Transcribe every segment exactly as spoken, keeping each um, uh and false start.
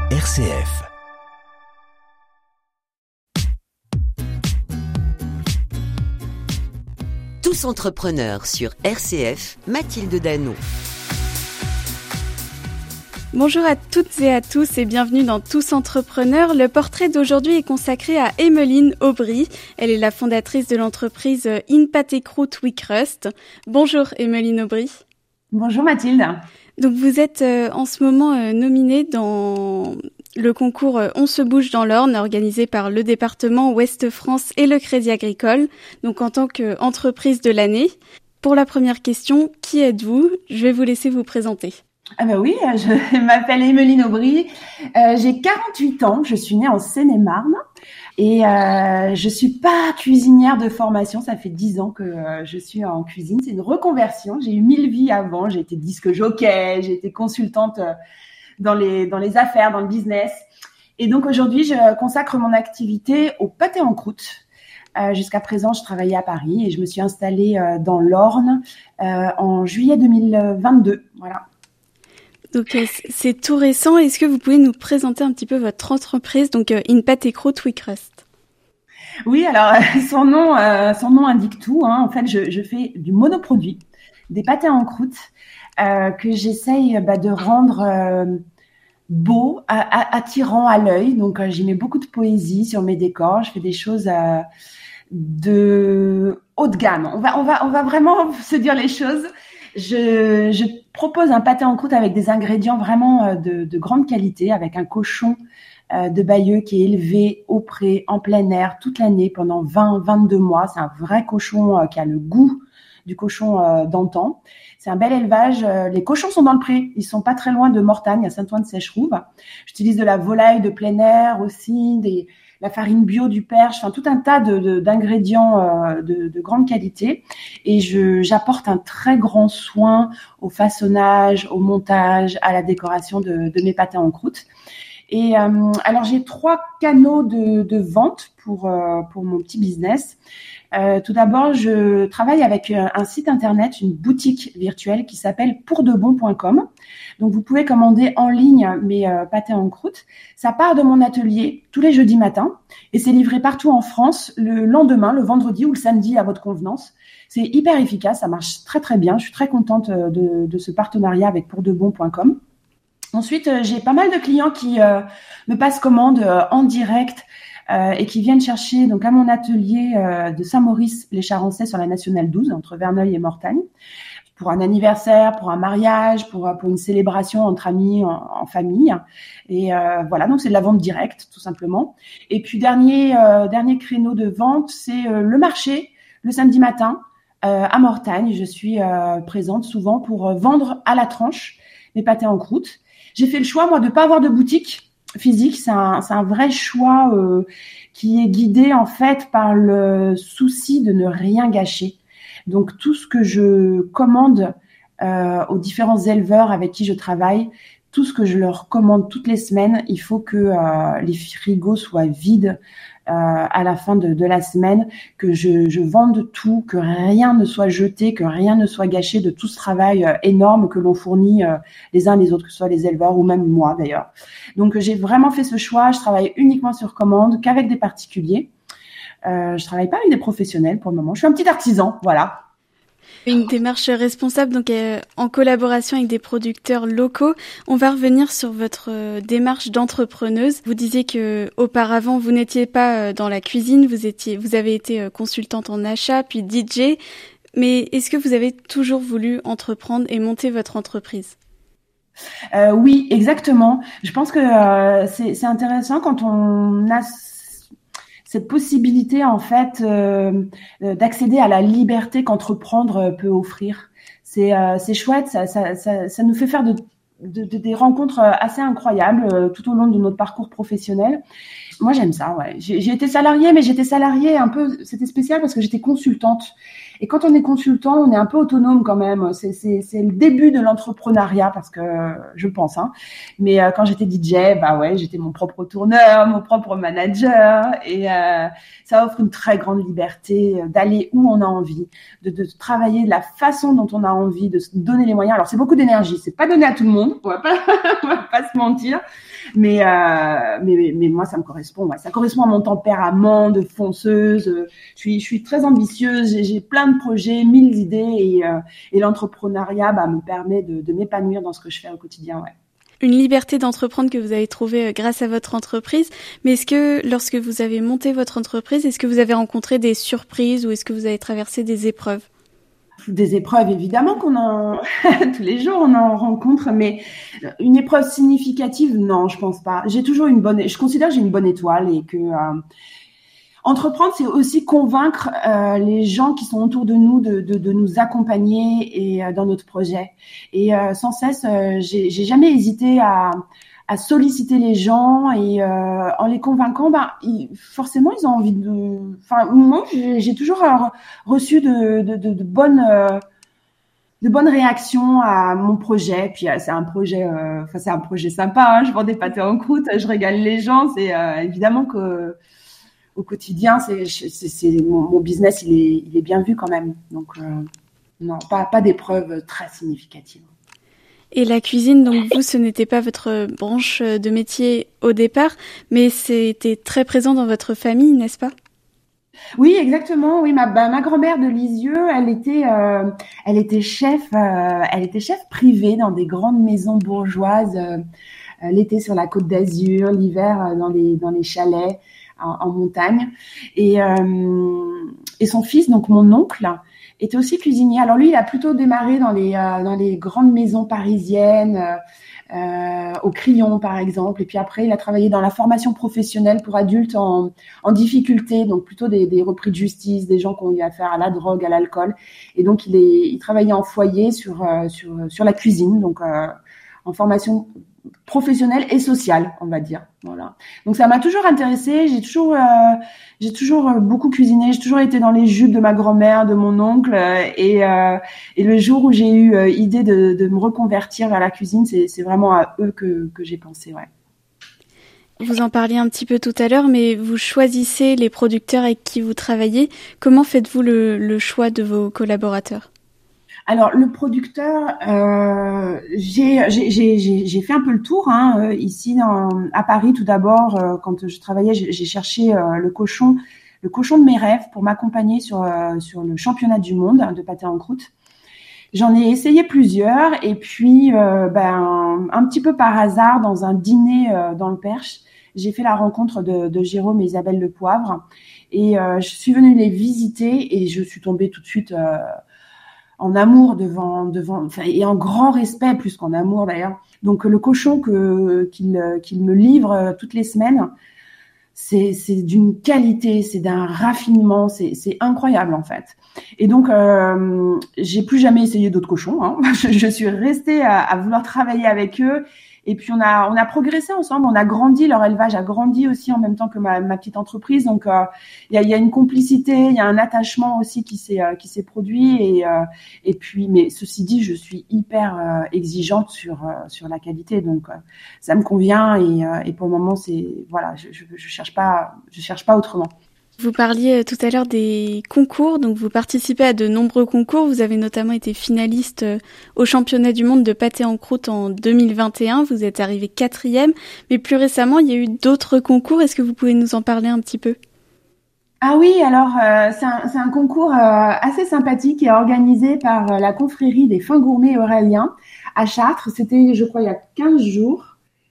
R C F. Tous entrepreneurs sur R C F, Mathilde Danon. Bonjour à toutes et à tous et bienvenue dans Tous entrepreneurs. Le portrait d'aujourd'hui est consacré à Emmeline Aubry. Elle est la fondatrice de l'entreprise In Pâté Croûte We Crust. Bonjour Emmeline Aubry. Bonjour Mathilde. Donc vous êtes euh, en ce moment euh, nominée dans le concours euh, On se bouge dans l'Orne organisé par le département Ouest-France et le Crédit Agricole, donc en tant qu'entreprise de l'année. Pour la première question, qui êtes-vous ? Je vais vous laisser vous présenter. Ah ben oui, je m'appelle Emmeline Aubry, euh, j'ai quarante-huit ans, je suis née en Seine-et-Marne et euh, je suis pas cuisinière de formation, ça fait dix ans que euh, je suis en cuisine, c'est une reconversion, j'ai eu mille vies avant, j'ai été disque jockey, j'ai été consultante dans les dans les affaires, dans le business et donc aujourd'hui je consacre mon activité au pâté en croûte. Euh, jusqu'à présent, je travaillais à Paris et je me suis installée euh, dans l'Orne euh, en juillet deux mille vingt-deux, voilà. Donc euh, c'est tout récent. Est-ce que vous pouvez nous présenter un petit peu votre entreprise, donc euh, In Pâté Croûte We Crust ? Oui, alors son nom, euh, son nom indique tout. Hein. En fait, je, je fais du monoproduit, des pâtés en croûte euh, que j'essaye bah, de rendre euh, beau, à, à, attirant à l'œil. Donc, euh, j'y mets beaucoup de poésie sur mes décors. Je fais des choses euh, de haut de gamme. On va, on va, on va vraiment se dire les choses. Je, je propose un pâté en croûte avec des ingrédients vraiment de, de grande qualité, avec un cochon euh, de Bayeux qui est élevé au pré, en plein air, toute l'année, pendant vingt à vingt-deux mois. C'est un vrai cochon euh, qui a le goût du cochon euh, d'antan. C'est un bel élevage. Euh, les cochons sont dans le pré. Ils sont pas très loin de Mortagne, à Saint-Ouen-de-Sècherouve. J'utilise de la volaille de plein air aussi, des... la farine bio du Perche, enfin tout un tas de, de, d'ingrédients euh, de, de grande qualité. Et je, j'apporte un très grand soin au façonnage, au montage, à la décoration de, de mes pâtés en croûte. Et euh, alors j'ai trois canaux de, de vente pour euh, pour mon petit business. Euh, tout d'abord, je travaille avec un site internet, une boutique virtuelle qui s'appelle pour de bon point com. Donc, vous pouvez commander en ligne mes euh, pâtés en croûte. Ça part de mon atelier tous les jeudis matins et c'est livré partout en France le lendemain, le vendredi ou le samedi à votre convenance. C'est hyper efficace, ça marche très très bien. Je suis très contente de, de ce partenariat avec pour de bon point com. Ensuite, euh, j'ai pas mal de clients qui euh, me passent commande euh, en direct euh, et qui viennent chercher donc à mon atelier euh, de Saint-Maurice-les-Charençais sur la Nationale douze, entre Verneuil et Mortagne, pour un anniversaire, pour un mariage, pour, pour une célébration entre amis, en, en famille. Et euh, voilà, donc c'est de la vente directe, tout simplement. Et puis, dernier, euh, dernier créneau de vente, c'est euh, le marché, le samedi matin, euh, à Mortagne. Je suis euh, présente souvent pour euh, vendre à la tranche mes pâtés en croûte. J'ai fait le choix, moi, de pas avoir de boutique physique. C'est un, c'est un vrai choix euh, qui est guidé, en fait, par le souci de ne rien gâcher. Donc, tout ce que je commande euh, aux différents éleveurs avec qui je travaille, tout ce que je leur commande toutes les semaines, il faut que euh, les frigos soient vides euh, à la fin de, de la semaine, que je, je vende tout, que rien ne soit jeté, que rien ne soit gâché de tout ce travail euh, énorme que l'on fournit euh, les uns les autres, que ce soit les éleveurs ou même moi d'ailleurs. Donc, j'ai vraiment fait ce choix. Je travaille uniquement sur commande, qu'avec des particuliers. Euh, je travaille pas avec des professionnels pour le moment. Je suis un petit artisan, voilà. Une démarche responsable, donc euh, en collaboration avec des producteurs locaux. On va revenir sur votre euh, démarche d'entrepreneuse. Vous disiez que auparavant vous n'étiez pas euh, dans la cuisine, vous étiez, vous avez été euh, consultante en achat, puis D J. Mais est-ce que vous avez toujours voulu entreprendre et monter votre entreprise ? Euh, oui, exactement. Je pense que euh, c'est, c'est intéressant quand on a cette possibilité en fait euh, d'accéder à la liberté qu'entreprendre peut offrir. C'est euh, c'est chouette, ça, ça ça ça nous fait faire de, de, de des rencontres assez incroyables euh, tout au long de notre parcours professionnel. Moi j'aime ça, ouais. J'ai, j'ai été salariée, mais j'étais salariée un peu, c'était spécial parce que j'étais consultante Et quand on est consultant, on est un peu autonome quand même. C'est, c'est, c'est le début de l'entrepreneuriat parce que je pense. Hein. Mais euh, quand j'étais D J, bah ouais, j'étais mon propre tourneur, mon propre manager, et euh, ça offre une très grande liberté d'aller où on a envie, de, de travailler de la façon dont on a envie, de se donner les moyens. Alors c'est beaucoup d'énergie, c'est pas donné à tout le monde, on va pas, on va pas se mentir. Mais, euh, mais, mais moi, ça me correspond. Ouais. Ça correspond à mon tempérament de fonceuse. Je suis, je suis très ambitieuse. J'ai, j'ai plein de projets, mille idées. Et, euh, et l'entrepreneuriat bah, me permet de, de m'épanouir dans ce que je fais au quotidien. Ouais. Une liberté d'entreprendre que vous avez trouvée grâce à votre entreprise. Mais est-ce que lorsque vous avez monté votre entreprise, est-ce que vous avez rencontré des surprises ou est-ce que vous avez traversé des épreuves ? Des épreuves, évidemment qu'on en tous les jours on en rencontre, mais une épreuve significative, non, je pense pas. J'ai toujours une bonne, je considère que j'ai une bonne étoile et que euh, entreprendre, c'est aussi convaincre euh, les gens qui sont autour de nous de, de, de nous accompagner et euh, dans notre projet. Et euh, sans cesse, euh, j'ai, j'ai jamais hésité à à solliciter les gens et euh, en les convainquant, bah, ils, forcément, ils ont envie de... Enfin, moi, j'ai, j'ai toujours euh, reçu de, de, de, de bonnes... Euh, de bonnes réactions à mon projet. Puis euh, c'est un projet, euh, enfin c'est un projet sympa. Hein, je vends des pâtés en croûte, je régale les gens. C'est euh, évidemment que au quotidien, c'est, c'est, c'est mon, mon business, il est, il est bien vu quand même. Donc euh, non, pas pas d'épreuves très significatives. Et la cuisine, donc vous, ce n'était pas votre branche de métier au départ, mais c'était très présent dans votre famille, n'est-ce pas ? Oui, exactement. Oui, ma bah, ma grand-mère de Lisieux, elle était euh, elle était chef, euh, elle était chef privée dans des grandes maisons bourgeoises. Euh, l'été sur la Côte d'Azur, l'hiver dans les dans les chalets en, en montagne. Et euh, et son fils, donc mon oncle, était aussi cuisinier. Alors lui, il a plutôt démarré dans les euh, dans les grandes maisons parisiennes, euh, euh, au Crillon par exemple. Et puis après, il a travaillé dans la formation professionnelle pour adultes en en difficulté, donc plutôt des des repris de justice, des gens qui ont eu affaire à la drogue, à l'alcool. Et donc il est il travaillait en foyer sur euh, sur sur la cuisine, donc euh, en formation professionnelle et sociale, on va dire. Voilà. Donc ça m'a toujours intéressée. J'ai toujours, euh, j'ai toujours beaucoup cuisiné. J'ai toujours été dans les jupes de ma grand-mère, de mon oncle. Et, euh, et le jour où j'ai eu euh, idée de, de me reconvertir vers la cuisine, c'est, c'est vraiment à eux que, que j'ai pensé. Ouais. Vous en parliez un petit peu tout à l'heure, mais vous choisissez les producteurs avec qui vous travaillez. Comment faites-vous le, le choix de vos collaborateurs ? Alors le producteur, euh, j'ai, j'ai, j'ai, j'ai fait un peu le tour hein, ici dans, à Paris tout d'abord. Euh, quand je travaillais, j'ai, j'ai cherché euh, le cochon, le cochon de mes rêves pour m'accompagner sur euh, sur le championnat du monde de pâté en croûte. J'en ai essayé plusieurs et puis euh, ben un petit peu par hasard dans un dîner euh, dans le Perche, j'ai fait la rencontre de, de Jérôme et Isabelle Le Poivre et euh, je suis venue les visiter et je suis tombée tout de suite euh, en amour devant, devant, enfin, et en grand respect plus qu'en amour d'ailleurs. Donc le cochon que qu'il qu'il me livre toutes les semaines, c'est c'est d'une qualité, c'est d'un raffinement, c'est c'est incroyable en fait. Et donc euh, j'ai plus jamais essayé d'autres cochons. Hein. Je, je suis restée à, à vouloir travailler avec eux. Et puis on a on a progressé ensemble, on a grandi, leur élevage a grandi aussi en même temps que ma, ma petite entreprise. Donc il euh, y a il y a une complicité, il y a un attachement aussi qui s'est euh, qui s'est produit et euh, et puis mais ceci dit, je suis hyper euh, exigeante sur euh, sur la qualité, donc euh, ça me convient et euh, et pour le moment c'est voilà, je, je je cherche pas je cherche pas autrement. Vous parliez tout à l'heure des concours, donc vous participez à de nombreux concours. Vous avez notamment été finaliste au championnat du monde de pâté en croûte en deux mille vingt et un. Vous êtes arrivé quatrième, mais plus récemment, il y a eu d'autres concours. Est-ce que vous pouvez nous en parler un petit peu ? Ah oui, alors euh, c'est, un, c'est un concours euh, assez sympathique qui est organisé par euh, la confrérie des fins gourmets auréliens à Chartres. C'était, je crois, il y a quinze jours.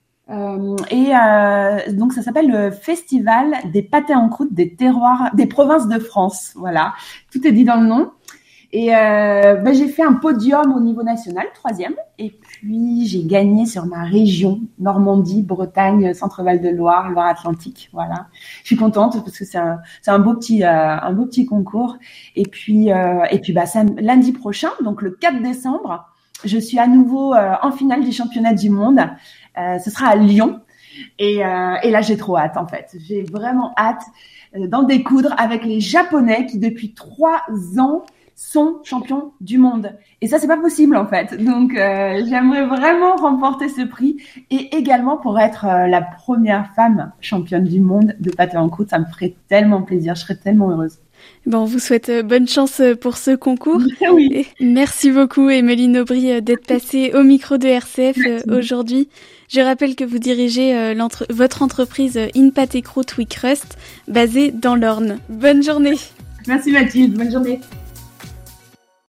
Euh, et euh, donc ça s'appelle le Festival des pâtés en croûte des terroirs des provinces de France. Voilà, tout est dit dans le nom. Et euh, ben, j'ai fait un podium au niveau national, troisième. Et puis j'ai gagné sur ma région, Normandie, Bretagne, Centre-Val de Loire, Loire-Atlantique. Voilà, je suis contente parce que c'est un c'est un beau petit euh, un beau petit concours. Et puis euh, et puis bah ça, lundi prochain, donc le quatre décembre, je suis à nouveau euh, en finale du championnat du monde. Euh, ce sera à Lyon et, euh, et là j'ai trop hâte en fait. J'ai vraiment hâte euh, d'en découdre avec les Japonais qui depuis trois ans sont champions du monde. Et ça, c'est pas possible en fait. Donc, euh, j'aimerais vraiment remporter ce prix et également pour être euh, la première femme championne du monde de pâté en croûte. Ça me ferait tellement plaisir. Je serais tellement heureuse. Bon, on vous souhaite bonne chance pour ce concours. Oui. Et merci beaucoup, Emeline Aubry, d'être passée au micro de R C F merci. Aujourd'hui. Je rappelle que vous dirigez l'entre- votre entreprise In Pâté Croûte We Crust, basée dans l'Orne. Bonne journée. Merci Mathilde, bonne journée.